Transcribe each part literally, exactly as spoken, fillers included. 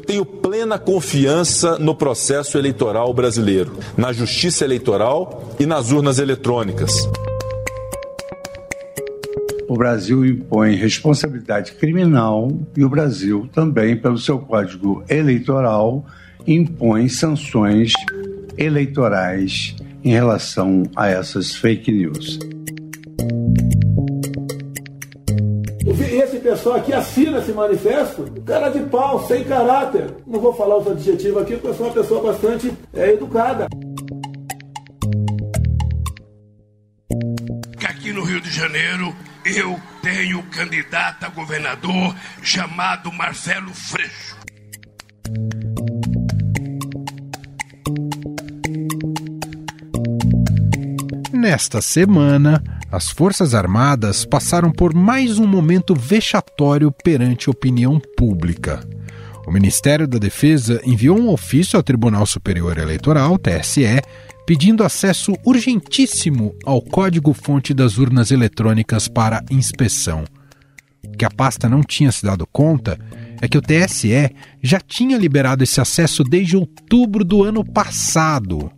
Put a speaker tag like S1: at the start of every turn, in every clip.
S1: tenho plena confiança no processo eleitoral brasileiro, na justiça eleitoral e nas urnas eletrônicas.
S2: O Brasil impõe responsabilidade criminal e o Brasil também, pelo seu Código Eleitoral, impõe sanções eleitorais em relação a essas fake news.
S3: Esse pessoal aqui assina esse manifesto, cara de pau, sem caráter. Não vou falar os adjetivos aqui, porque eu sou uma pessoa bastante é, educada.
S4: Aqui no Rio de Janeiro, eu tenho candidato a governador chamado Marcelo Freixo.
S5: Nesta semana, as Forças Armadas passaram por mais um momento vexatório perante a opinião pública. O Ministério da Defesa enviou um ofício ao Tribunal Superior Eleitoral, T S E, pedindo acesso urgentíssimo ao código-fonte das urnas eletrônicas para inspeção. O que a pasta não tinha se dado conta é que o T S E já tinha liberado esse acesso desde outubro do ano passado.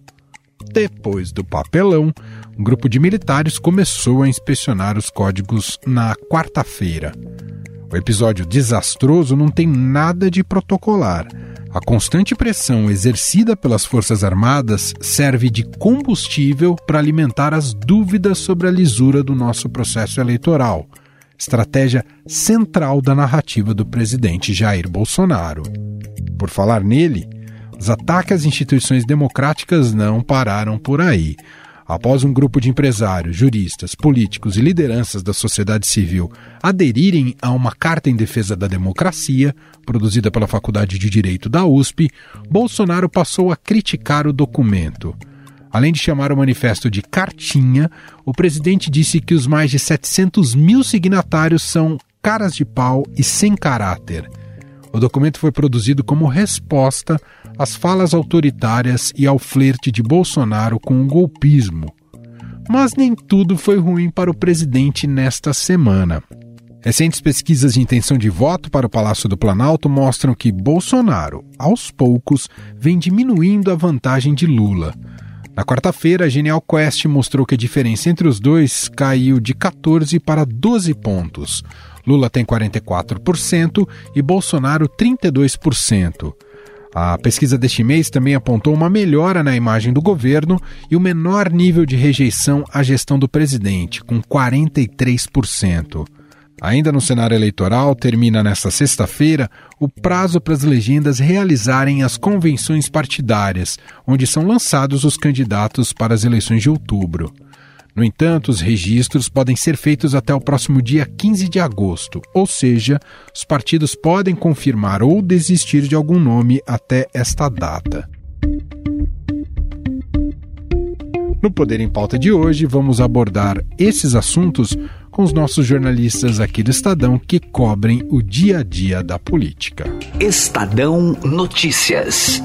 S5: Depois do papelão, um grupo de militares começou a inspecionar os códigos na quarta-feira. O episódio desastroso não tem nada de protocolar. A constante pressão exercida pelas Forças Armadas serve de combustível para alimentar as dúvidas sobre a lisura do nosso processo eleitoral, estratégia central da narrativa do presidente Jair Bolsonaro. Por falar nele, os ataques às instituições democráticas não pararam por aí. Após um grupo de empresários, juristas, políticos e lideranças da sociedade civil aderirem a uma carta em defesa da democracia, produzida pela Faculdade de Direito da U S P, Bolsonaro passou a criticar o documento. Além de chamar o manifesto de cartinha, o presidente disse que os mais de setecentos mil signatários são caras de pau e sem caráter. O documento foi produzido como resposta às falas autoritárias e ao flerte de Bolsonaro com o golpismo. Mas nem tudo foi ruim para o presidente nesta semana. Recentes pesquisas de intenção de voto para o Palácio do Planalto mostram que Bolsonaro, aos poucos, vem diminuindo a vantagem de Lula. Na quarta-feira, a Genial Quest mostrou que a diferença entre os dois caiu de quatorze para doze pontos. Lula tem quarenta e quatro por cento e Bolsonaro trinta e dois por cento. A pesquisa deste mês também apontou uma melhora na imagem do governo e o menor nível de rejeição à gestão do presidente, com quarenta e três por cento. Ainda no cenário eleitoral, termina nesta sexta-feira o prazo para as legendas realizarem as convenções partidárias, onde são lançados os candidatos para as eleições de outubro. No entanto, os registros podem ser feitos até o próximo dia quinze de agosto, ou seja, os partidos podem confirmar ou desistir de algum nome até esta data. No Poder em Pauta de hoje, vamos abordar esses assuntos com os nossos jornalistas aqui do Estadão que cobrem o dia a dia da política.
S6: Estadão Notícias.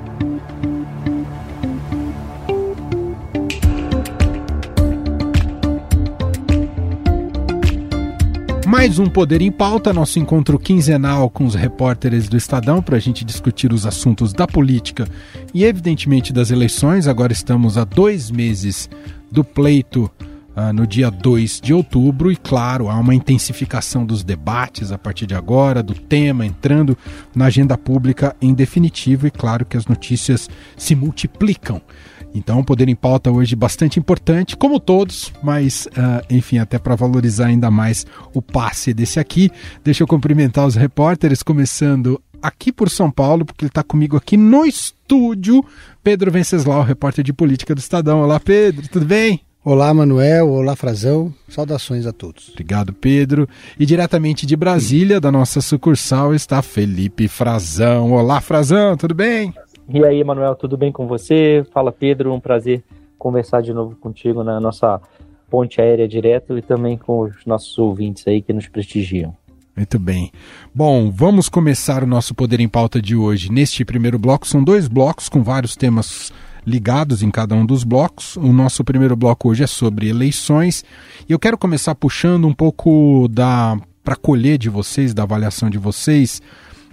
S5: Mais um Poder em Pauta, nosso encontro quinzenal com os repórteres do Estadão para a gente discutir os assuntos da política e, evidentemente, das eleições. Agora estamos a dois meses do pleito uh, no dia dois de outubro e, claro, há uma intensificação dos debates a partir de agora, do tema entrando na agenda pública em definitivo e, claro, que as notícias se multiplicam. Então, o Poder em Pauta hoje bastante importante, como todos, mas, uh, enfim, até para valorizar ainda mais o passe desse aqui. Deixa eu cumprimentar os repórteres, começando aqui por São Paulo, porque ele está comigo aqui no estúdio, Pedro Venceslau, repórter de política do Estadão. Olá, Pedro, tudo bem?
S7: Olá, Manuel. Olá, Frazão. Saudações a todos.
S5: Obrigado, Pedro. E diretamente de Brasília, da nossa sucursal, está Felipe Frazão. Olá, Frazão, tudo bem?
S8: E aí, Manuel, tudo bem com você? Fala, Pedro, um prazer conversar de novo contigo na nossa ponte aérea direto e também com os nossos ouvintes aí que nos prestigiam.
S5: Muito bem. Bom, vamos começar o nosso Poder em Pauta de hoje. Neste primeiro bloco, são dois blocos com vários temas ligados em cada um dos blocos. O nosso primeiro bloco hoje é sobre eleições e eu quero começar puxando um pouco da para colher de vocês, da avaliação de vocês,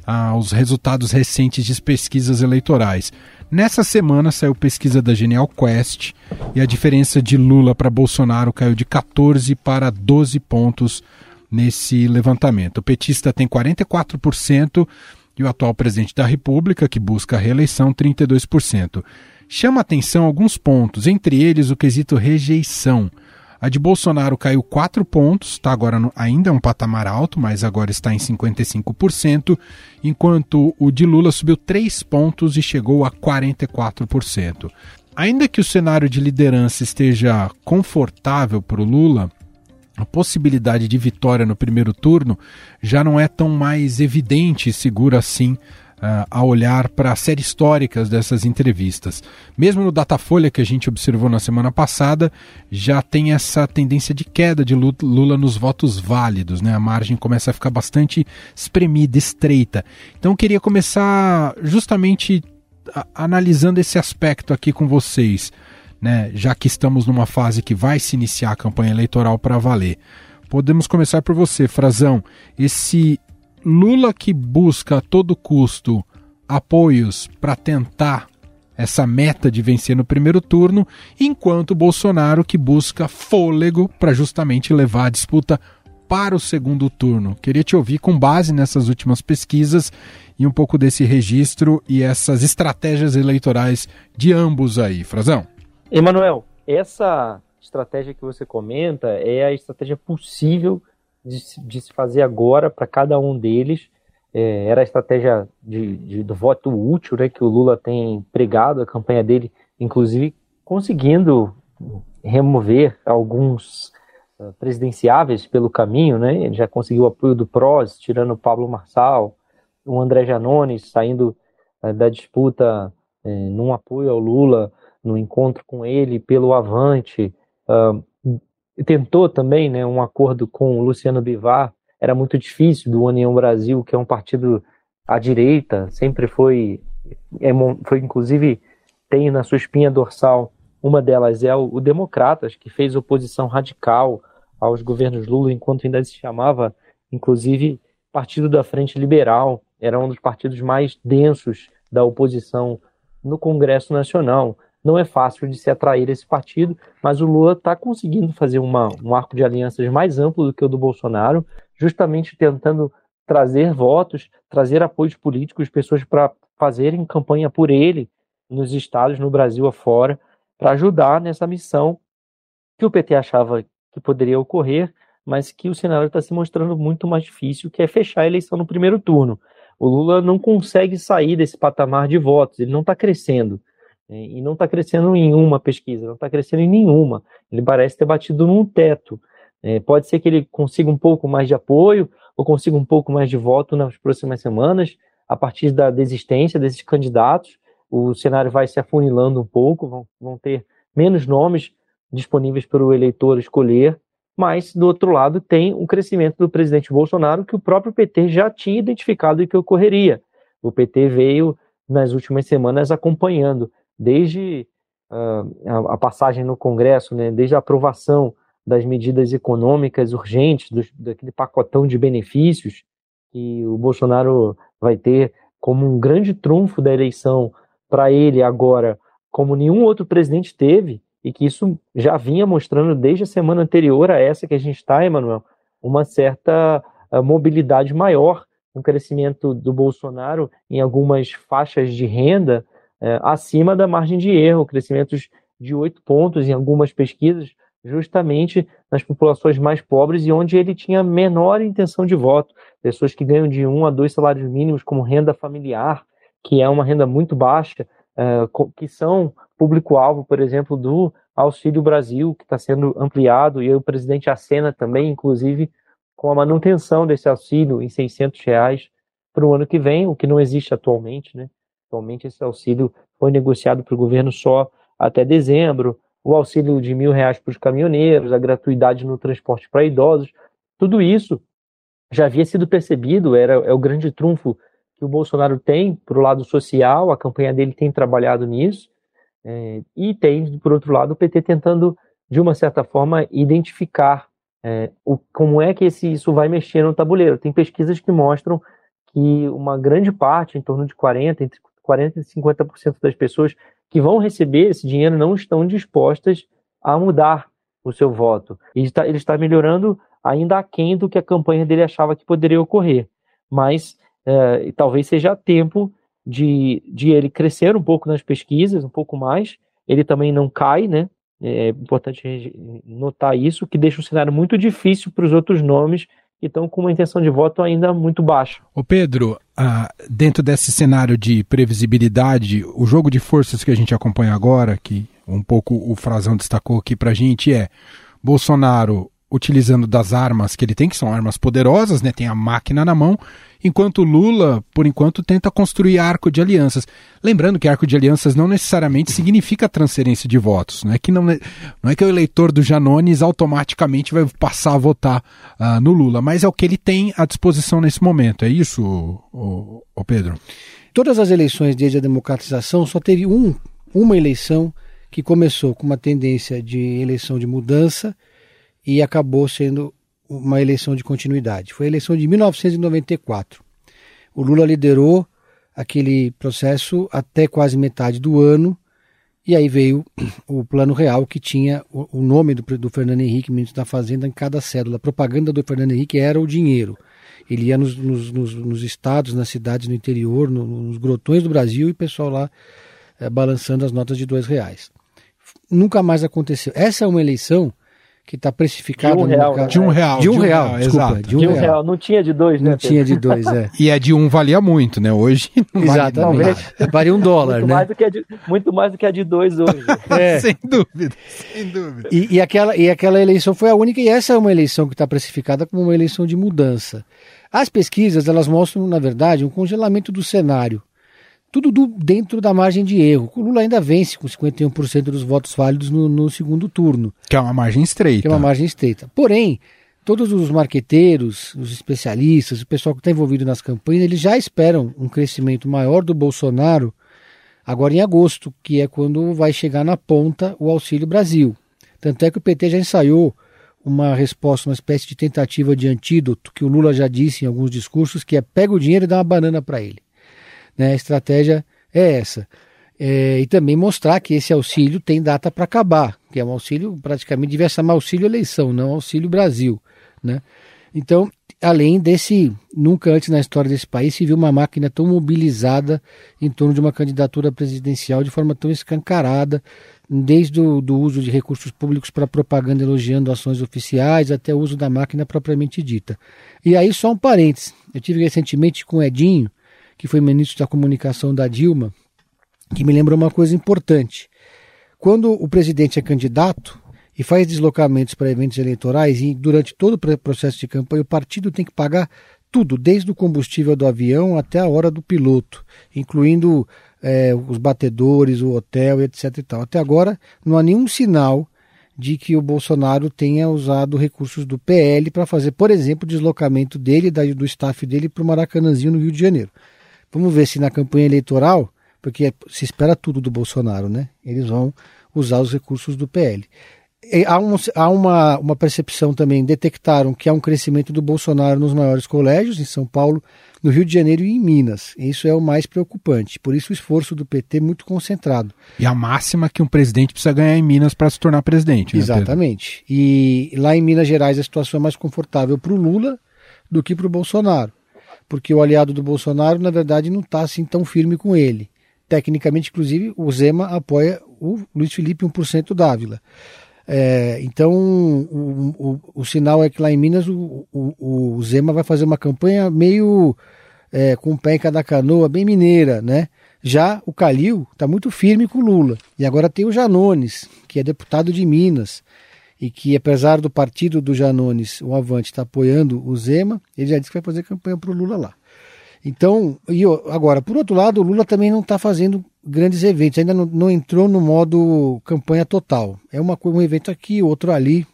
S5: aos resultados recentes de pesquisas eleitorais. Nessa semana saiu pesquisa da Genial Quest e a diferença de Lula para Bolsonaro caiu de quatorze para doze pontos nesse levantamento. O petista tem quarenta e quatro por cento e o atual presidente da República, que busca a reeleição, trinta e dois por cento. Chama atenção alguns pontos, entre eles o quesito rejeição. A de Bolsonaro caiu quatro pontos, está agora no, ainda é um patamar alto, mas agora está em cinquenta e cinco por cento, enquanto o de Lula subiu três pontos e chegou a quarenta e quatro por cento. Ainda que o cenário de liderança esteja confortável para o Lula, a possibilidade de vitória no primeiro turno já não é tão mais evidente e segura assim uh, a olhar para as séries históricas dessas entrevistas. Mesmo no Datafolha, que a gente observou na semana passada, já tem essa tendência de queda de Lula nos votos válidos, né? A margem começa a ficar bastante espremida, estreita. Então eu queria começar justamente a, analisando esse aspecto aqui com vocês, né, já que estamos numa fase que vai se iniciar a campanha eleitoral para valer. Podemos começar por você, Frazão. Esse Lula que busca a todo custo apoios para tentar essa meta de vencer no primeiro turno, enquanto Bolsonaro que busca fôlego para justamente levar a disputa para o segundo turno. Queria te ouvir com base nessas últimas pesquisas e um pouco desse registro e essas estratégias eleitorais de ambos aí, Frazão.
S8: Emanuel, essa estratégia que você comenta é a estratégia possível de, de se fazer agora para cada um deles. É, era a estratégia de, de, do voto útil, né, que o Lula tem pregado, a campanha dele, inclusive conseguindo remover alguns uh, presidenciáveis pelo caminho, né? Ele já conseguiu o apoio do P R O S, tirando o Pablo Marçal, o André Janones saindo uh, da disputa uh, num apoio ao Lula, no encontro com ele pelo Avante, uh, tentou também, né, um acordo com o Luciano Bivar. Era muito difícil, do União Brasil, que é um partido à direita, sempre foi, é, foi inclusive, tem na sua espinha dorsal, uma delas é o, o Democratas, que fez oposição radical aos governos Lula, enquanto ainda se chamava, inclusive, Partido da Frente Liberal, era um dos partidos mais densos da oposição no Congresso Nacional. Não é fácil de se atrair esse partido, mas o Lula está conseguindo fazer uma, um arco de alianças mais amplo do que o do Bolsonaro, justamente tentando trazer votos, trazer apoios políticos, pessoas para fazerem campanha por ele nos estados, no Brasil afora, para ajudar nessa missão que o P T achava que poderia ocorrer, mas que o cenário está se mostrando muito mais difícil, que é fechar a eleição no primeiro turno. O Lula não consegue sair desse patamar de votos, ele não está crescendo. E não está crescendo em uma pesquisa, não está crescendo em nenhuma. Ele parece ter batido num teto. É, pode ser que ele consiga um pouco mais de apoio ou consiga um pouco mais de voto nas próximas semanas, a partir da desistência desses candidatos. O cenário vai se afunilando um pouco, vão, vão ter menos nomes disponíveis para o eleitor escolher, mas, do outro lado, tem um crescimento do presidente Bolsonaro que o próprio P T já tinha identificado e que ocorreria. O P T veio, nas últimas semanas, acompanhando desde uh, a, a passagem no Congresso, né, desde a aprovação das medidas econômicas urgentes, do, daquele pacotão de benefícios que o Bolsonaro vai ter como um grande trunfo da eleição para ele agora, como nenhum outro presidente teve, e que isso já vinha mostrando desde a semana anterior a essa que a gente está, Emanuel, uma certa uh, mobilidade maior, um crescimento do Bolsonaro em algumas faixas de renda É, acima da margem de erro, crescimentos de oito pontos em algumas pesquisas, justamente nas populações mais pobres e onde ele tinha menor intenção de voto. Pessoas que ganham de um a dois salários mínimos como renda familiar, que é uma renda muito baixa, é, que são público-alvo, por exemplo, do Auxílio Brasil, que está sendo ampliado, e o presidente acena também, inclusive, com a manutenção desse auxílio em seiscentos reais para o ano que vem, o que não existe atualmente, né? Atualmente esse auxílio foi negociado para o governo só até dezembro, o auxílio de mil reais para os caminhoneiros, a gratuidade no transporte para idosos, tudo isso já havia sido percebido, era, é o grande trunfo que o Bolsonaro tem para o lado social, a campanha dele tem trabalhado nisso, é, e tem, por outro lado, o P T tentando, de uma certa forma, identificar é, o, como é que esse, isso vai mexer no tabuleiro. Tem pesquisas que mostram que uma grande parte, em torno de quarenta por cento, entre quarenta por cento e cinquenta por cento das pessoas que vão receber esse dinheiro não estão dispostas a mudar o seu voto. Ele está, ele está melhorando ainda aquém do que a campanha dele achava que poderia ocorrer. Mas é, talvez seja tempo de, de ele crescer um pouco nas pesquisas, um pouco mais. Ele também não cai, né? É importante notar isso, que deixa um cenário muito difícil para os outros nomes que estão com uma intenção de voto ainda muito baixa.
S5: Ô Pedro, ah, dentro desse cenário de previsibilidade, o jogo de forças que a gente acompanha agora, que um pouco o Frazão destacou aqui pra gente, é Bolsonaro utilizando das armas que ele tem, que são armas poderosas, né? Tem a máquina na mão, enquanto Lula, por enquanto, tenta construir arco de alianças. Lembrando que arco de alianças não necessariamente significa transferência de votos. Não é que, não é, não é que o eleitor do Janones automaticamente vai passar a votar uh, no Lula, mas é o que ele tem à disposição nesse momento. É isso, o, o Pedro?
S7: Todas as eleições desde a democratização só teve um, uma eleição que começou com uma tendência de eleição de mudança e acabou sendo uma eleição de continuidade. Foi a eleição de mil novecentos e noventa e quatro. O Lula liderou aquele processo até quase metade do ano, e aí veio o Plano Real, que tinha o nome do, do Fernando Henrique, ministro da Fazenda, em cada cédula. A propaganda do Fernando Henrique era o dinheiro. Ele ia nos, nos, nos, nos estados, nas cidades no interior, no, nos grotões do Brasil, e o pessoal lá é, balançando as notas de dois reais. Nunca mais aconteceu. Essa é uma eleição que está precificado
S8: de um
S7: no
S8: real,
S7: mercado.
S5: De um real.
S7: De um,
S5: de um
S7: real,
S5: real,
S7: desculpa.
S5: exato.
S7: De um,
S8: de um
S7: real.
S8: real. Não tinha de dois, né?
S7: Não
S8: Pedro?
S7: tinha de dois, é.
S5: E a de um valia muito, né? Hoje não
S7: Exatamente.
S5: vale nada.
S7: Valia um dólar,
S8: muito
S7: né?
S8: Mais do que a de, muito mais do que a de dois hoje.
S7: É.
S5: Sem dúvida, sem dúvida.
S7: E, e, aquela, e aquela eleição foi a única, e essa é uma eleição que está precificada como uma eleição de mudança. As pesquisas, elas mostram, na verdade, um congelamento do cenário. Tudo do, dentro da margem de erro. O Lula ainda vence com cinquenta e um por cento dos votos válidos no, no segundo turno.
S5: Que é uma margem estreita.
S7: Que é uma margem estreita. Porém, todos os marqueteiros, os especialistas, o pessoal que está envolvido nas campanhas, eles já esperam um crescimento maior do Bolsonaro agora em agosto, que é quando vai chegar na ponta o Auxílio Brasil. Tanto é que o P T já ensaiou uma resposta, uma espécie de tentativa de antídoto, que o Lula já disse em alguns discursos, que é pega o dinheiro e dá uma banana para ele. Né, a estratégia é essa. É, e também mostrar que esse auxílio tem data para acabar, que é um auxílio, praticamente devia chamar auxílio eleição, não auxílio Brasil. Né? Então, além desse, nunca antes na história desse país se viu uma máquina tão mobilizada em torno de uma candidatura presidencial de forma tão escancarada, desde o do uso de recursos públicos para propaganda elogiando ações oficiais até o uso da máquina propriamente dita. E aí só um parênteses, eu tive recentemente com o Edinho, que foi ministro da comunicação da Dilma, que me lembrou uma coisa importante. Quando o presidente é candidato e faz deslocamentos para eventos eleitorais, e durante todo o processo de campanha o partido tem que pagar tudo, desde o combustível do avião até a hora do piloto, incluindo é, os batedores, o hotel, etc e tal. Até agora não há nenhum sinal de que o Bolsonaro tenha usado recursos do P L para fazer, por exemplo, o deslocamento dele, do staff dele, para o Maracanãzinho no Rio de Janeiro. Vamos ver se na campanha eleitoral, porque se espera tudo do Bolsonaro, né? Eles vão usar os recursos do P L. E há um, há uma, uma percepção também, detectaram que há um crescimento do Bolsonaro nos maiores colégios, em São Paulo, no Rio de Janeiro e em Minas. Isso é o mais preocupante. Por isso o esforço do P T muito concentrado.
S5: E a máxima que um presidente precisa ganhar em Minas para se tornar presidente. Né,
S7: exatamente. Pedro? E lá em Minas Gerais a situação é mais confortável para o Lula do que para o Bolsonaro. Porque o aliado do Bolsonaro, na verdade, não está assim tão firme com ele. Tecnicamente, inclusive, o Zema apoia o Luiz Felipe um por cento Dávila. É, então, o, o, o sinal é que lá em Minas o, o, o Zema vai fazer uma campanha meio é, com o pé em cada canoa, bem mineira, né? Já o Calil está muito firme com o Lula. E agora tem o Janones, que é deputado de Minas, e que, apesar do partido do Janones, o Avante, está apoiando o Zema, ele já disse que vai fazer campanha para o Lula lá. Então, e agora, por outro lado, o Lula também não está fazendo grandes eventos, ainda não, não entrou no modo campanha total. É uma, um evento aqui, outro ali.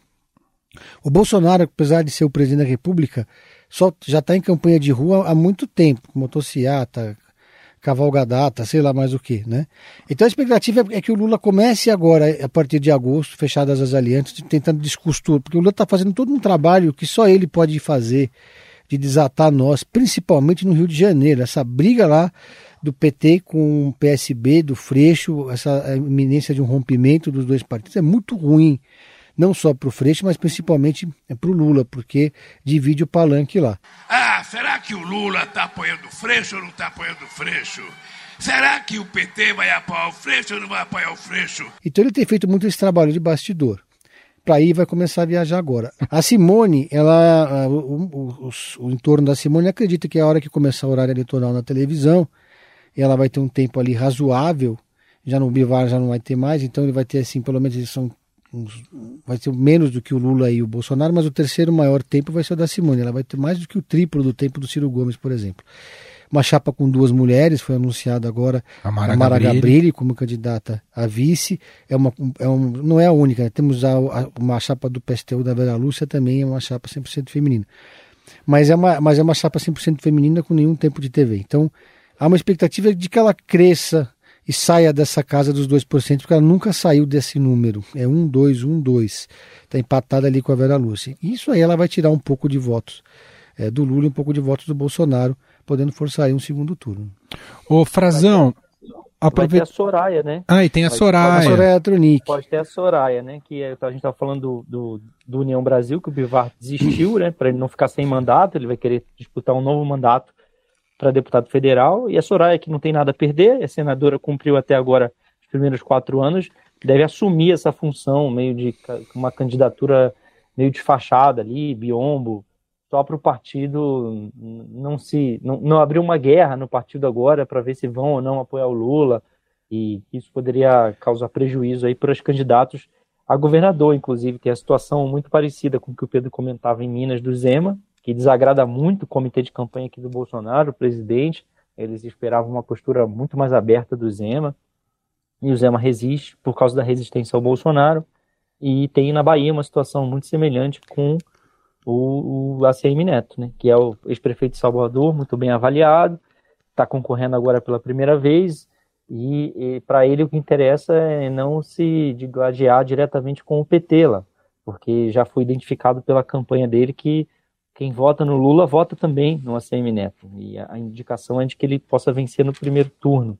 S7: O Bolsonaro, apesar de ser o presidente da República, só, já está em campanha de rua há muito tempo, motociata, cavalgadata, sei lá mais o que, né? Então a expectativa é que o Lula comece agora, a partir de agosto, fechadas as alianças, tentando descosturar, porque o Lula está fazendo todo um trabalho que só ele pode fazer, de desatar nós, principalmente no Rio de Janeiro. Essa briga lá do P T com o P S B, do Freixo, essa iminência de um rompimento dos dois partidos é muito ruim, não só para o Freixo, mas principalmente para o Lula, porque divide o palanque lá.
S4: Ah, será que o Lula está apoiando o Freixo ou não está apoiando o Freixo? Será que o P T vai apoiar o Freixo ou não vai apoiar o Freixo?
S7: Então ele tem feito muito esse trabalho de bastidor. Para aí vai começar a viajar agora. A Simone, ela, o, o, o, o entorno da Simone acredita que a hora que começar o horário eleitoral na televisão, ela vai ter um tempo ali razoável, já no Bivar já não vai ter mais, então ele vai ter assim, pelo menos eles são uns, vai ter menos do que o Lula e o Bolsonaro, mas o terceiro maior tempo vai ser o da Simone, ela vai ter mais do que o triplo do tempo do Ciro Gomes, por exemplo. Uma chapa com duas mulheres, foi anunciada agora a Mara, a Mara Gabrilli. Gabrilli como candidata a vice, é uma, é um, não é a única, né? Temos a, a, uma chapa do P S T U da Vera Lúcia, também é uma chapa cem por cento feminina, mas é uma, mas é uma chapa cem por cento feminina com nenhum tempo de T V, então há uma expectativa de que ela cresça e saia dessa casa dos dois por cento, porque ela nunca saiu desse número, é um, dois, um, dois, está empatada ali com a Vera Lúcia, isso aí ela vai tirar um pouco de votos é, do Lula e um pouco de votos do Bolsonaro, podendo forçar aí um segundo turno.
S5: Ô, Frazão,
S8: aproveita... Vai ter a Soraya, né?
S5: Ah, e tem a
S8: vai,
S5: Soraya.
S8: Pode,
S7: a Soraya Tronic.
S8: Pode ter a Soraya, né? Que é, a gente estava falando do, do, do União Brasil, que o Bivar desistiu, né? Para ele não ficar sem mandato, ele vai querer disputar um novo mandato para deputado federal. E a Soraya, que não tem nada a perder, é senadora, cumpriu até agora os primeiros quatro anos, deve assumir essa função, meio de uma candidatura meio de fachada ali, biombo, só para o partido não se não, não abrir uma guerra no partido agora para ver se vão ou não apoiar o Lula, e isso poderia causar prejuízo aí para os candidatos a governador, inclusive, que é a situação muito parecida com o que o Pedro comentava em Minas do Zema, que desagrada muito o comitê de campanha aqui do Bolsonaro, o presidente. Eles esperavam uma postura muito mais aberta do Zema, e o Zema resiste por causa da resistência ao Bolsonaro, e tem na Bahia uma situação muito semelhante com o, o A C M Neto, né, que é o ex-prefeito de Salvador, muito bem avaliado, está concorrendo agora pela primeira vez, e, e para ele o que interessa é não se digladiar diretamente com o P T lá, porque já foi identificado pela campanha dele que quem vota no Lula vota também no A C M Neto, e a, a indicação é de que ele possa vencer no primeiro turno.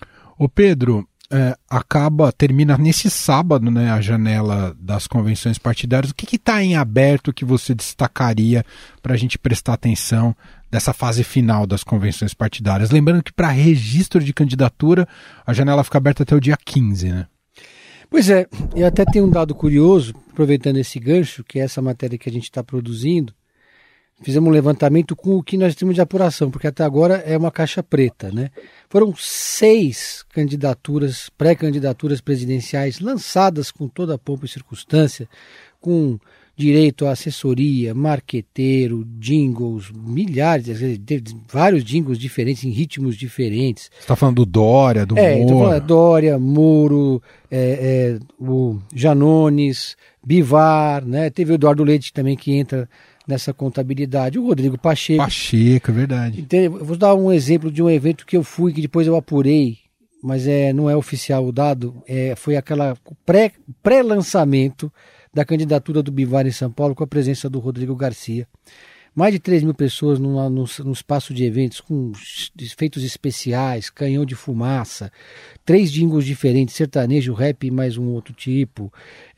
S5: Ô Pedro, é, acaba, termina nesse sábado, né, a janela das convenções partidárias. O que está em aberto que você destacaria para a gente prestar atenção dessa fase final das convenções partidárias? Lembrando que para registro de candidatura a janela fica aberta até o dia quinze, né?
S7: Pois é, eu até tenho um dado curioso, aproveitando esse gancho, que é essa matéria que a gente está produzindo. Fizemos um levantamento com o que nós temos de apuração, porque até agora é uma caixa preta, né? Foram seis candidaturas, pré-candidaturas presidenciais lançadas com toda a pompa e circunstância, com direito à assessoria, marqueteiro, jingles, milhares, vários jingles diferentes, em ritmos diferentes.
S5: Você está falando do Dória, do
S7: é,
S5: Moro?
S7: Estou falando Dória, Moro, é, é, o Janones, Bivar, né? Teve o Eduardo Leite também que entra nessa contabilidade, o Rodrigo Pacheco.
S5: Pacheco, é verdade.
S7: Então, eu vou dar um exemplo de um evento que eu fui, que depois eu apurei, mas é, não é oficial o dado, é, foi aquela pré, pré-lançamento da candidatura do Bivar em São Paulo com a presença do Rodrigo Garcia. Mais de três mil pessoas num, num, num espaço de eventos com efeitos especiais, canhão de fumaça, três jingles diferentes, sertanejo, rap e mais um outro tipo,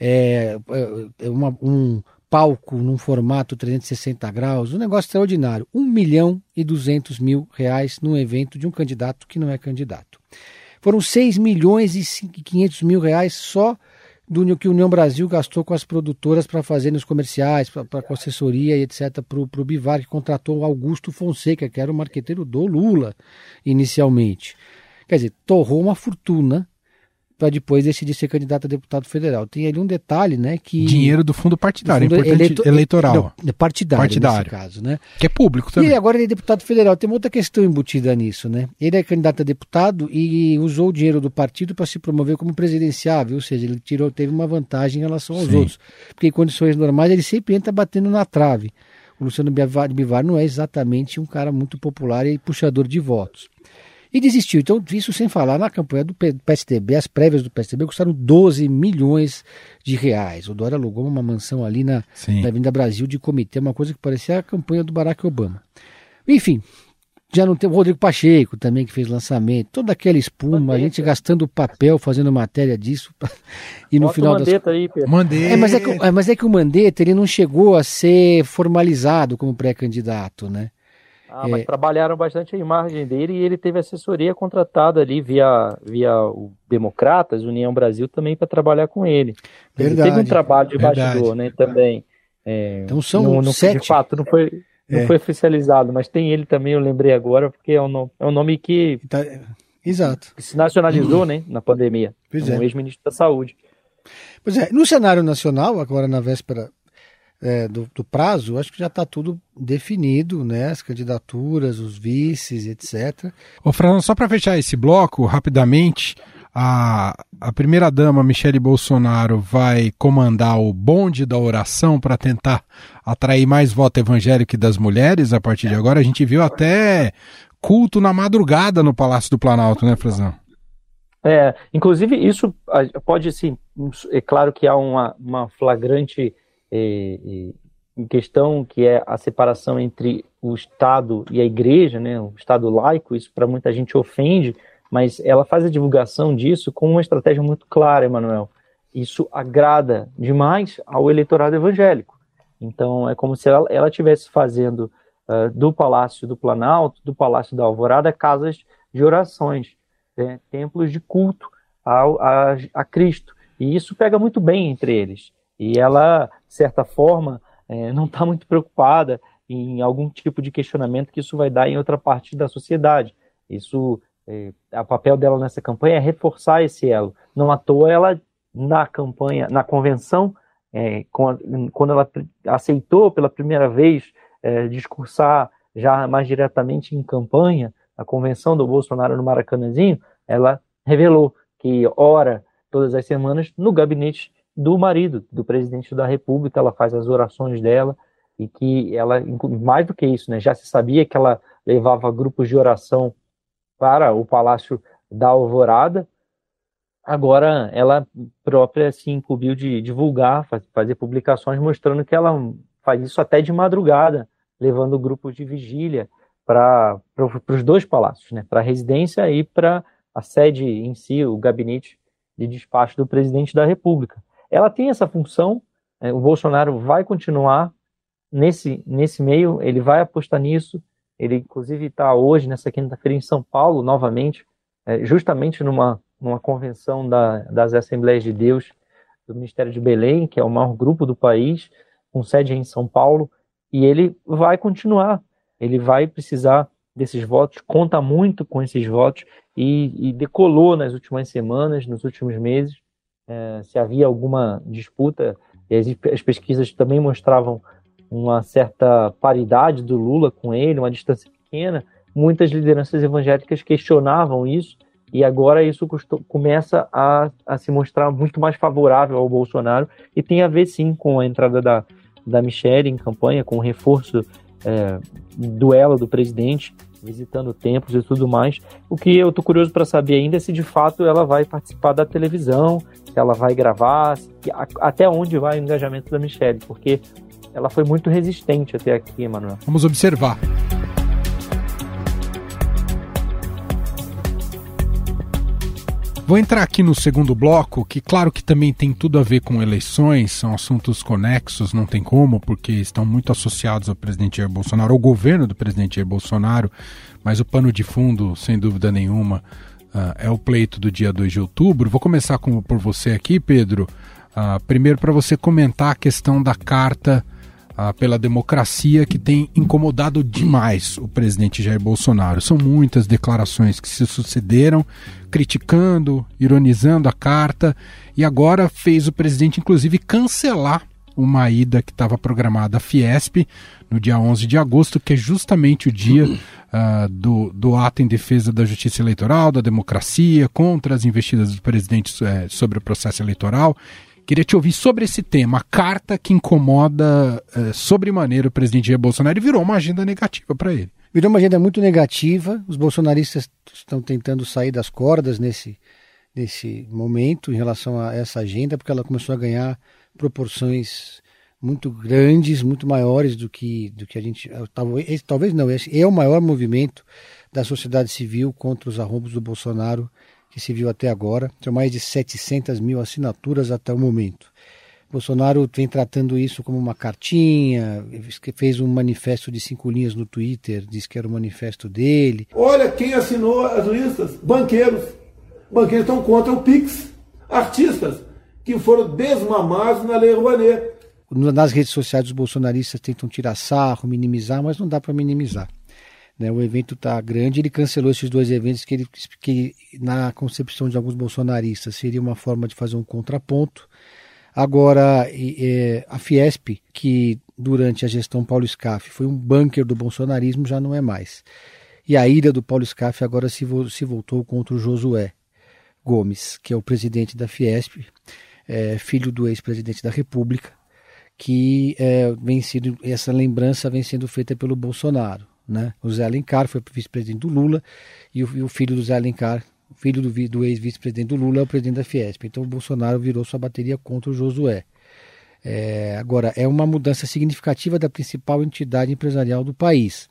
S7: é, é uma, um palco num formato trezentos e sessenta graus, um negócio extraordinário. um milhão e duzentos mil reais num evento de um candidato que não é candidato. Foram seis milhões e quinhentos mil reais só do que o União Brasil gastou com as produtoras para fazer nos comerciais, para com assessoria e etcétera para o Bivar, que contratou o Augusto Fonseca, que era o marqueteiro do Lula inicialmente. Quer dizer, torrou uma fortuna para depois decidir ser candidato a deputado federal. Tem ali um detalhe, né, que...
S5: Dinheiro do fundo partidário,
S7: do fundo
S5: importante,
S7: eleito,
S5: eleitoral.
S7: Não, partidário,
S5: partidário,
S7: nesse caso, né?
S5: Que é público também.
S7: E agora ele é deputado federal. Tem uma outra questão embutida nisso, né? Ele é candidato a deputado e usou o dinheiro do partido para se promover como presidenciável, ou seja, ele tirou, teve uma vantagem em relação aos Sim. outros. Porque em condições normais ele sempre entra batendo na trave. O Luciano Bivar, Bivar não é exatamente um cara muito popular e puxador de votos. E desistiu. Então, isso sem falar na campanha do P S D B, as prévias do P S D B custaram doze milhões de reais. O Dória alugou uma mansão ali na, na Avenida Brasil de comitê, uma coisa que parecia a campanha do Barack Obama. Enfim, já não tem o Rodrigo Pacheco também, que fez lançamento, toda aquela espuma, Mandetta. A gente gastando papel, fazendo matéria disso. E no
S8: Bota
S7: final
S8: o Mandetta
S7: das...
S8: aí, Pedro.
S7: Mandetta. É, mas, é que, é, mas é que o Mandetta ele não chegou a ser formalizado como pré-candidato, né?
S8: Ah, mas é... trabalharam bastante a imagem dele e ele teve assessoria contratada ali via, via o Democratas, União Brasil, também para trabalhar com ele. Verdade, ele teve um trabalho de bastidor, né, também. É,
S7: então são
S8: não, não,
S7: sete.
S8: De fato, não foi, não é. foi oficializado, mas tem ele também, eu lembrei agora, porque é um nome, é um nome que,
S7: tá, exato.
S8: que se nacionalizou, uhum. né, na pandemia, como é. ex-ministro da Saúde.
S7: Pois é, no cenário nacional, agora na véspera É, do, do prazo, acho que já está tudo definido, né? As candidaturas, os vices, etcétera.
S5: Ô, Fran, só para fechar esse bloco, rapidamente, a, a primeira-dama, Michele Bolsonaro, vai comandar o bonde da oração para tentar atrair mais voto evangélico e das mulheres a partir de agora. A gente viu até culto na madrugada no Palácio do Planalto, né, Frazão?
S8: É, inclusive isso pode, sim, é claro que há uma, uma flagrante... E, e, em questão que é a separação entre o Estado e a Igreja, né, o Estado laico, isso para muita gente ofende, mas ela faz a divulgação disso com uma estratégia muito clara, Emanuel. Isso agrada demais ao eleitorado evangélico. Então é como se ela estivesse fazendo uh, do Palácio do Planalto, do Palácio da Alvorada, casas de orações, né, templos de culto ao, a, a Cristo. E isso pega muito bem entre eles. E ela, de certa forma, é, não está muito preocupada em algum tipo de questionamento que isso vai dar em outra parte da sociedade. Isso, é, o papel dela nessa campanha é reforçar esse elo. Não à toa ela, na campanha, na convenção, é, quando ela aceitou pela primeira vez é, discursar já mais diretamente em campanha, a convenção do Bolsonaro no Maracanãzinho, ela revelou que ora todas as semanas no gabinete do marido, do presidente da República, ela faz as orações dela, e que ela, mais do que isso, né, já se sabia que ela levava grupos de oração para o Palácio da Alvorada. Agora ela própria se incumbiu de divulgar, fazer publicações mostrando que ela faz isso até de madrugada, levando grupos de vigília para os dois palácios, né, para a residência e para a sede em si, o gabinete de despacho do presidente da República. Ela tem essa função, é, o Bolsonaro vai continuar nesse, nesse meio, ele vai apostar nisso, ele inclusive está hoje, nessa quinta-feira, em São Paulo, novamente, é, justamente numa, numa convenção da, das Assembleias de Deus do Ministério de Belém, que é o maior grupo do país, com sede em São Paulo, e ele vai continuar, ele vai precisar desses votos, conta muito com esses votos, e, e decolou nas últimas semanas, nos últimos meses. É, se havia alguma disputa, e as, as pesquisas também mostravam uma certa paridade do Lula com ele, uma distância pequena, muitas lideranças evangélicas questionavam isso, e agora isso custou, começa a, a se mostrar muito mais favorável ao Bolsonaro, e tem a ver sim com a entrada da, da Michele em campanha, com o reforço é, do elo do presidente, visitando templos e tudo mais. O que eu estou curioso para saber ainda é se de fato ela vai participar da televisão, se ela vai gravar, se, até onde vai o engajamento da Michele, porque ela foi muito resistente até aqui, Emanuel.
S5: Vamos observar. Vou entrar aqui no segundo bloco, que claro que também tem tudo a ver com eleições, são assuntos conexos, não tem como, porque estão muito associados ao presidente Jair Bolsonaro, ao governo do presidente Jair Bolsonaro, mas o pano de fundo, sem dúvida nenhuma, uh, é o pleito do dia dois de outubro. Vou começar com, por você aqui, Pedro, uh, primeiro para você comentar a questão da carta uh, pela democracia, que tem incomodado demais o presidente Jair Bolsonaro. São muitas declarações que se sucederam, criticando, ironizando a carta, e agora fez o presidente, inclusive, cancelar uma ida que estava programada à Fiesp no dia onze de agosto, que é justamente o dia uh, do, do ato em defesa da justiça eleitoral, da democracia, contra as investidas do presidente uh, sobre o processo eleitoral. Queria te ouvir sobre esse tema, a carta que incomoda é, sobremaneira o presidente Jair Bolsonaro e virou uma agenda negativa para ele.
S7: Virou uma agenda muito negativa, os bolsonaristas estão tentando sair das cordas nesse, nesse momento em relação a essa agenda, porque ela começou a ganhar proporções muito grandes, muito maiores do que, do que a gente... Talvez, talvez não, esse é o maior movimento da sociedade civil contra os arrombos do Bolsonaro que se viu até agora. São mais de setecentas mil assinaturas até o momento. Bolsonaro vem tratando isso como uma cartinha, fez um manifesto de cinco linhas no Twitter, disse que era o manifesto dele.
S3: Olha quem assinou as listas, banqueiros. Banqueiros estão contra o Pix. Artistas que foram desmamados na Lei Rouanet.
S7: Nas redes sociais os bolsonaristas tentam tirar sarro, minimizar, mas não dá para minimizar. Né, o evento está grande, ele cancelou esses dois eventos que, ele, que na concepção de alguns bolsonaristas seria uma forma de fazer um contraponto. Agora, é, a Fiesp, que durante a gestão Paulo Scaff foi um bunker do bolsonarismo, já não é mais. E a ira do Paulo Scaff agora se, vo, se voltou contra o Josué Gomes, que é o presidente da Fiesp, é, filho do ex-presidente da República, que é, vem sido, essa lembrança vem sendo feita pelo Bolsonaro. Né? O Zé Alencar foi vice-presidente do Lula e o, e o filho do Zé Alencar, o filho do, do ex-vice-presidente do Lula é o presidente da Fiesp. Então o Bolsonaro virou sua bateria contra o Josué. É, agora, é uma mudança significativa da principal entidade empresarial do país,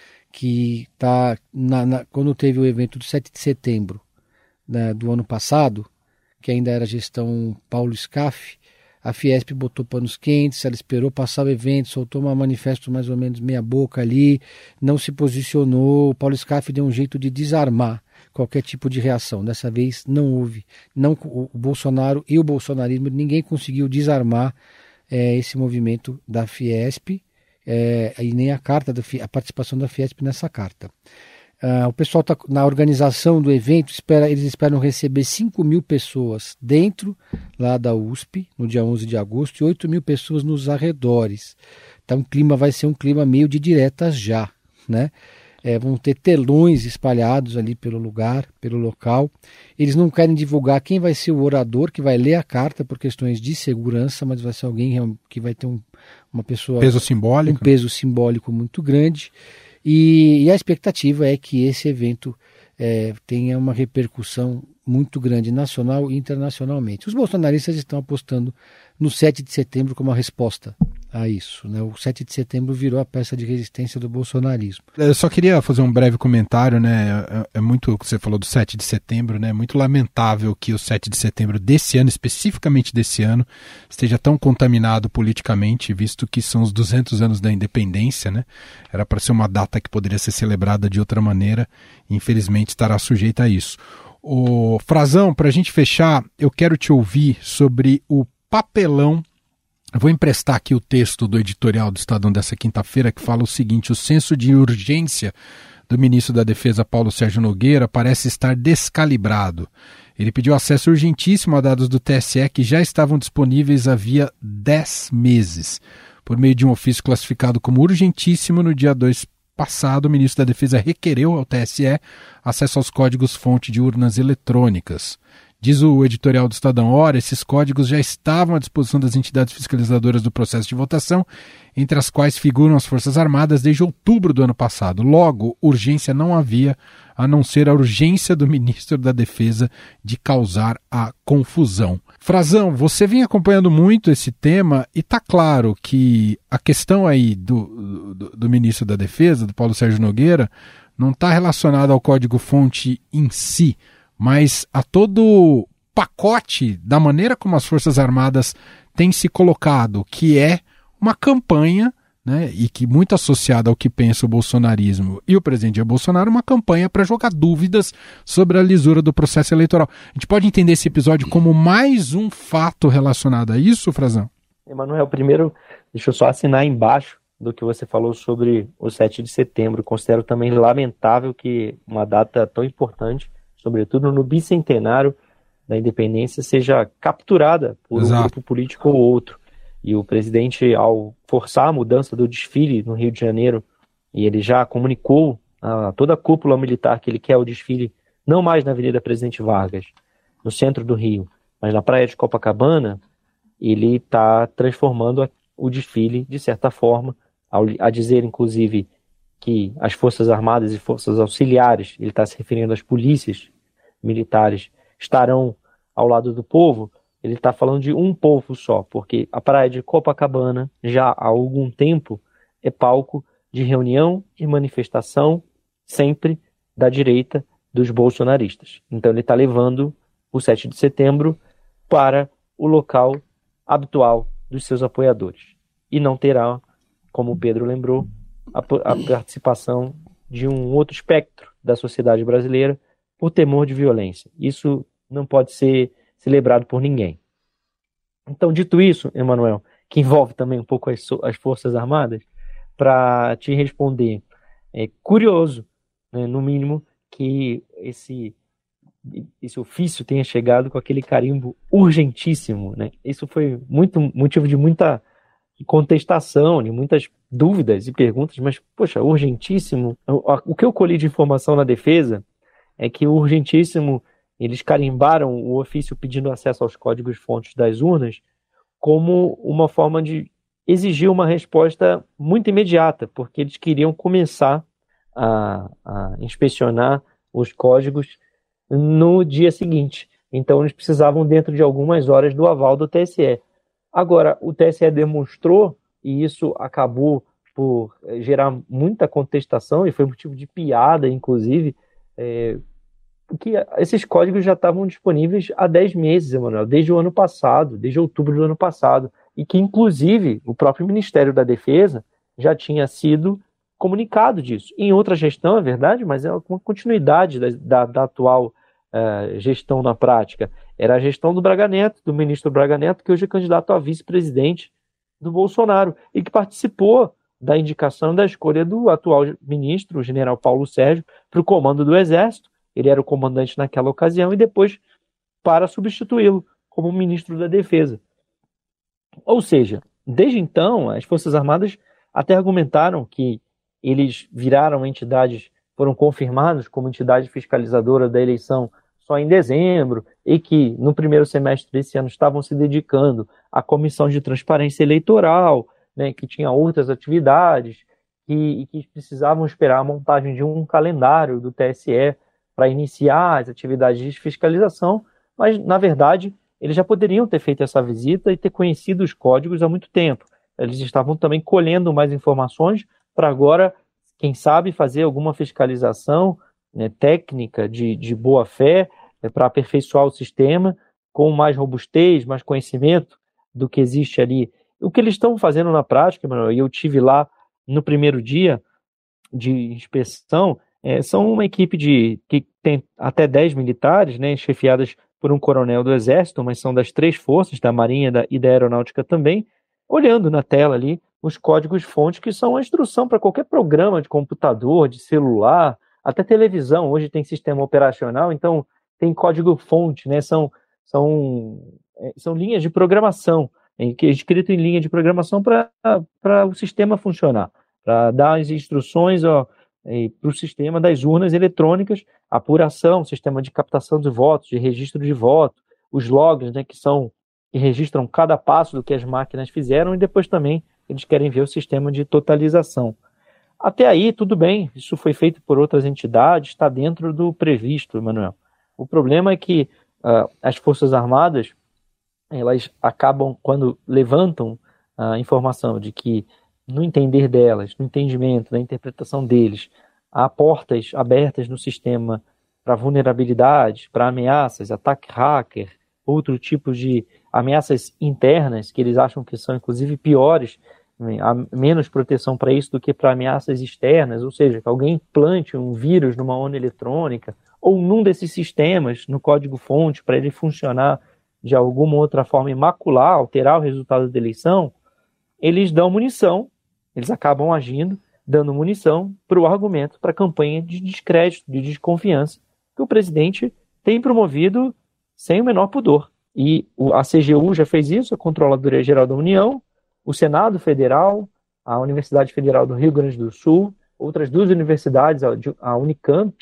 S7: que está, quando teve o evento do sete de setembro, né, do ano passado, que ainda era gestão Paulo Scaff, a Fiesp botou panos quentes, ela esperou passar o evento, soltou um manifesto mais ou menos meia boca ali, não se posicionou, o Paulo Scaff deu um jeito de desarmar qualquer tipo de reação. Dessa vez não houve. Não, o Bolsonaro e o bolsonarismo, ninguém conseguiu desarmar é, esse movimento da Fiesp é, e nem a, carta da, a participação da Fiesp nessa carta. Uh, o pessoal está na organização do evento, espera, eles esperam receber cinco mil pessoas dentro lá da U S P, no dia onze de agosto, e oito mil pessoas nos arredores. Então o clima vai ser um clima meio de diretas já, né? É, vão ter telões espalhados ali pelo lugar, pelo local. Eles não querem divulgar quem vai ser o orador que vai ler a carta por questões de segurança, mas vai ser alguém que vai ter um, uma pessoa...
S5: Peso simbólico.
S7: Um peso simbólico muito grande. E, e a expectativa é que esse evento é, tenha uma repercussão muito grande nacional e internacionalmente. Os bolsonaristas estão apostando no sete de setembro como uma resposta a isso. Né? O sete de setembro virou a peça de resistência do bolsonarismo.
S5: Eu só queria fazer um breve comentário, né? É, é muito o que você falou do sete de setembro, né? É muito lamentável que o sete de setembro desse ano, especificamente desse ano, esteja tão contaminado politicamente, visto que são os duzentos anos da independência, né? Era para ser uma data que poderia ser celebrada de outra maneira, e infelizmente estará sujeita a isso. O Frazão, para a gente fechar, eu quero te ouvir sobre o papelão. Eu vou emprestar aqui o texto do editorial do Estadão dessa quinta-feira, que fala o seguinte: o senso de urgência do ministro da Defesa, Paulo Sérgio Nogueira, parece estar descalibrado. Ele pediu acesso urgentíssimo a dados do T S E que já estavam disponíveis havia dez meses. Por meio de um ofício classificado como urgentíssimo, no dia dois passado, o ministro da Defesa requereu ao T S E acesso aos códigos-fonte de urnas eletrônicas. Diz o editorial do Estadão: ora, esses códigos já estavam à disposição das entidades fiscalizadoras do processo de votação, entre as quais figuram as Forças Armadas desde outubro do ano passado. Logo, urgência não havia, a não ser a urgência do ministro da Defesa de causar a confusão. Frazão, você vem acompanhando muito esse tema e está claro que a questão aí do, do, do ministro da Defesa, do Paulo Sérgio Nogueira, não está relacionada ao código-fonte em si, mas a todo o pacote da maneira como as Forças Armadas têm se colocado, que é uma campanha, né, e que muito associada ao que pensa o bolsonarismo e o presidente Jair Bolsonaro, uma campanha para jogar dúvidas sobre a lisura do processo eleitoral. A gente pode entender esse episódio como mais um fato relacionado a isso, Frazão?
S8: Emanuel, primeiro, deixa eu só assinar embaixo do que você falou sobre o sete de setembro. Considero também lamentável que uma data tão importante, sobretudo no bicentenário da independência, seja capturada por Exato. um grupo político ou outro. E o presidente, ao forçar a mudança do desfile no Rio de Janeiro, e ele já comunicou a toda a cúpula militar que ele quer o desfile não mais na Avenida Presidente Vargas, no centro do Rio, mas na praia de Copacabana, ele está transformando a, o desfile de certa forma, ao, a dizer inclusive que as Forças Armadas e Forças Auxiliares, ele está se referindo às polícias militares, estarão ao lado do povo. Ele está falando de um povo só, porque a praia de Copacabana já há algum tempo é palco de reunião e manifestação sempre da direita dos bolsonaristas. Então ele está levando o sete de setembro para o local habitual dos seus apoiadores. E não terá, como o Pedro lembrou, a, a participação de um outro espectro da sociedade brasileira por temor de violência. Isso não pode ser celebrado por ninguém. Então, dito isso, Emanuel, que envolve também um pouco as, as Forças Armadas, para te responder, é curioso, né, no mínimo, que esse, esse ofício tenha chegado com aquele carimbo urgentíssimo, né? Isso foi muito motivo de muita contestação, de muitas dúvidas e perguntas, mas, poxa, urgentíssimo. O, o que eu colhi de informação na defesa é que o urgentíssimo, eles carimbaram o ofício pedindo acesso aos códigos-fontes das urnas como uma forma de exigir uma resposta muito imediata, porque eles queriam começar a, a inspecionar os códigos no dia seguinte. Então eles precisavam dentro de algumas horas do aval do T S E. Agora, o T S E demonstrou, e isso acabou por gerar muita contestação, e foi motivo de piada, inclusive, é, que esses códigos já estavam disponíveis há dez meses, Emanuel, desde o ano passado, desde outubro do ano passado, e que, inclusive, o próprio Ministério da Defesa já tinha sido comunicado disso. Em outra gestão, é verdade, mas é uma continuidade da, da, da atual uh, gestão na prática. Era a gestão do Braga Neto, do ministro Braga Neto, que hoje é candidato a vice-presidente do Bolsonaro, e que participou da indicação da escolha do atual ministro, o general Paulo Sérgio, para o comando do Exército. Ele era o comandante naquela ocasião e depois para substituí-lo como ministro da Defesa. Ou seja, desde então, as Forças Armadas até argumentaram que eles viraram entidades, foram confirmados como entidade fiscalizadora da eleição só em dezembro e que no primeiro semestre desse ano estavam se dedicando à Comissão de Transparência Eleitoral, né, que tinha outras atividades e, e que precisavam esperar a montagem de um calendário do T S E para iniciar as atividades de fiscalização, mas, na verdade, eles já poderiam ter feito essa visita e ter conhecido os códigos há muito tempo. Eles estavam também colhendo mais informações para agora, quem sabe, fazer alguma fiscalização, né, técnica de, de boa-fé, né, para aperfeiçoar o sistema com mais robustez, mais conhecimento do que existe ali. O que eles estão fazendo na prática, Emanuel, e eu tive lá no primeiro dia de inspeção, é, são uma equipe de, que tem até dez militares, né, chefiadas por um coronel do Exército, mas são das três forças, da Marinha da, e da Aeronáutica também, olhando na tela ali os códigos-fontes, que são a instrução para qualquer programa de computador, de celular, até televisão. Hoje tem sistema operacional, então tem código-fonte, né? São, são, são linhas de programação, que é escrito em linha de programação para o sistema funcionar, para dar as instruções para o sistema das urnas eletrônicas, apuração, sistema de captação de votos, de registro de voto, os logs, né, que são que registram cada passo do que as máquinas fizeram, e depois também eles querem ver o sistema de totalização. Até aí, tudo bem, isso foi feito por outras entidades, está dentro do previsto, Emanuel. O problema é que uh, as Forças Armadas, elas acabam, quando levantam a informação de que, no entender delas, no entendimento, na interpretação deles, há portas abertas no sistema para vulnerabilidades, para ameaças, ataque hacker, outro tipo de ameaças internas, que eles acham que são, inclusive, piores, há menos proteção para isso do que para ameaças externas, ou seja, que alguém plante um vírus numa urna eletrônica ou num desses sistemas, no código-fonte, para ele funcionar de alguma outra forma, macular, alterar o resultado da eleição, eles dão munição, eles acabam agindo, dando munição para o argumento, para a campanha de descrédito, de desconfiança, que o presidente tem promovido sem o menor pudor. E a C G U já fez isso, a Controladoria Geral da União, o Senado Federal, a Universidade Federal do Rio Grande do Sul, outras duas universidades, a Unicamp,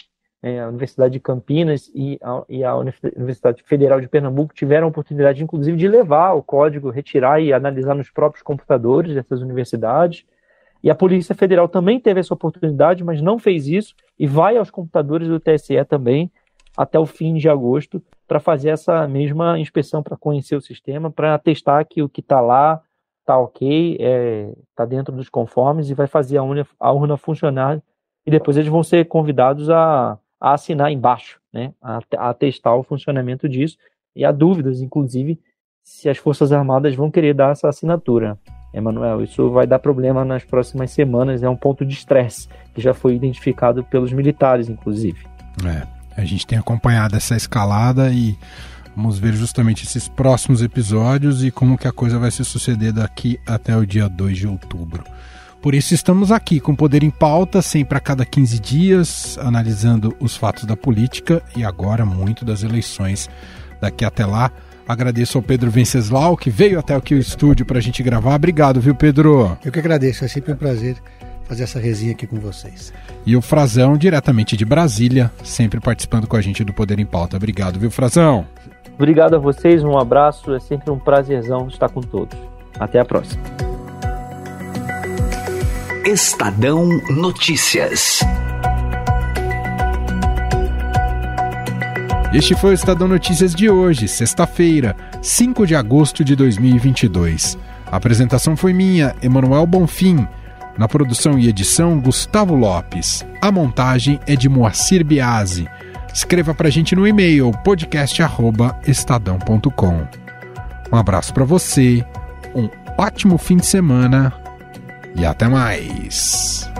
S8: é, a Universidade de Campinas e a, e a Universidade Federal de Pernambuco tiveram a oportunidade, inclusive, de levar o código, retirar e analisar nos próprios computadores dessas universidades. E a Polícia Federal também teve essa oportunidade, mas não fez isso, e vai aos computadores do T S E também, até o fim de agosto, para fazer essa mesma inspeção, para conhecer o sistema, para atestar que o que está lá está ok, está é, tá dentro dos conformes, e vai fazer a urna, a urna funcionar, e depois eles vão ser convidados a, a assinar embaixo, né, a, a atestar o funcionamento disso, e há dúvidas, inclusive, se as Forças Armadas vão querer dar essa assinatura. Emanuel, isso vai dar problema nas próximas semanas, é um ponto de estresse que já foi identificado pelos militares, inclusive.
S5: É, a gente tem acompanhado essa escalada e vamos ver justamente esses próximos episódios e como que a coisa vai se suceder daqui até o dia dois de outubro. Por isso estamos aqui com Poder em Pauta, sempre a cada quinze dias, analisando os fatos da política e agora muito das eleições. Daqui até lá, agradeço ao Pedro Venceslau, que veio até aqui o estúdio para a gente gravar. Obrigado, viu, Pedro?
S7: Eu que agradeço, é sempre um prazer fazer essa resenha aqui com vocês.
S5: E o Frazão, diretamente de Brasília, sempre participando com a gente do Poder em Pauta. Obrigado, viu, Frazão?
S8: Obrigado a vocês, um abraço, é sempre um prazerzão estar com todos. Até a próxima.
S6: Estadão Notícias.
S5: Este foi o Estadão Notícias de hoje, sexta-feira, cinco de agosto de dois mil e vinte e dois. A apresentação foi minha, Emanuel Bonfim. Na produção e edição, Gustavo Lopes. A montagem é de Moacir Biasi. Escreva pra gente no e-mail podcast arroba estadão ponto com. Um abraço para você, um ótimo fim de semana e até mais.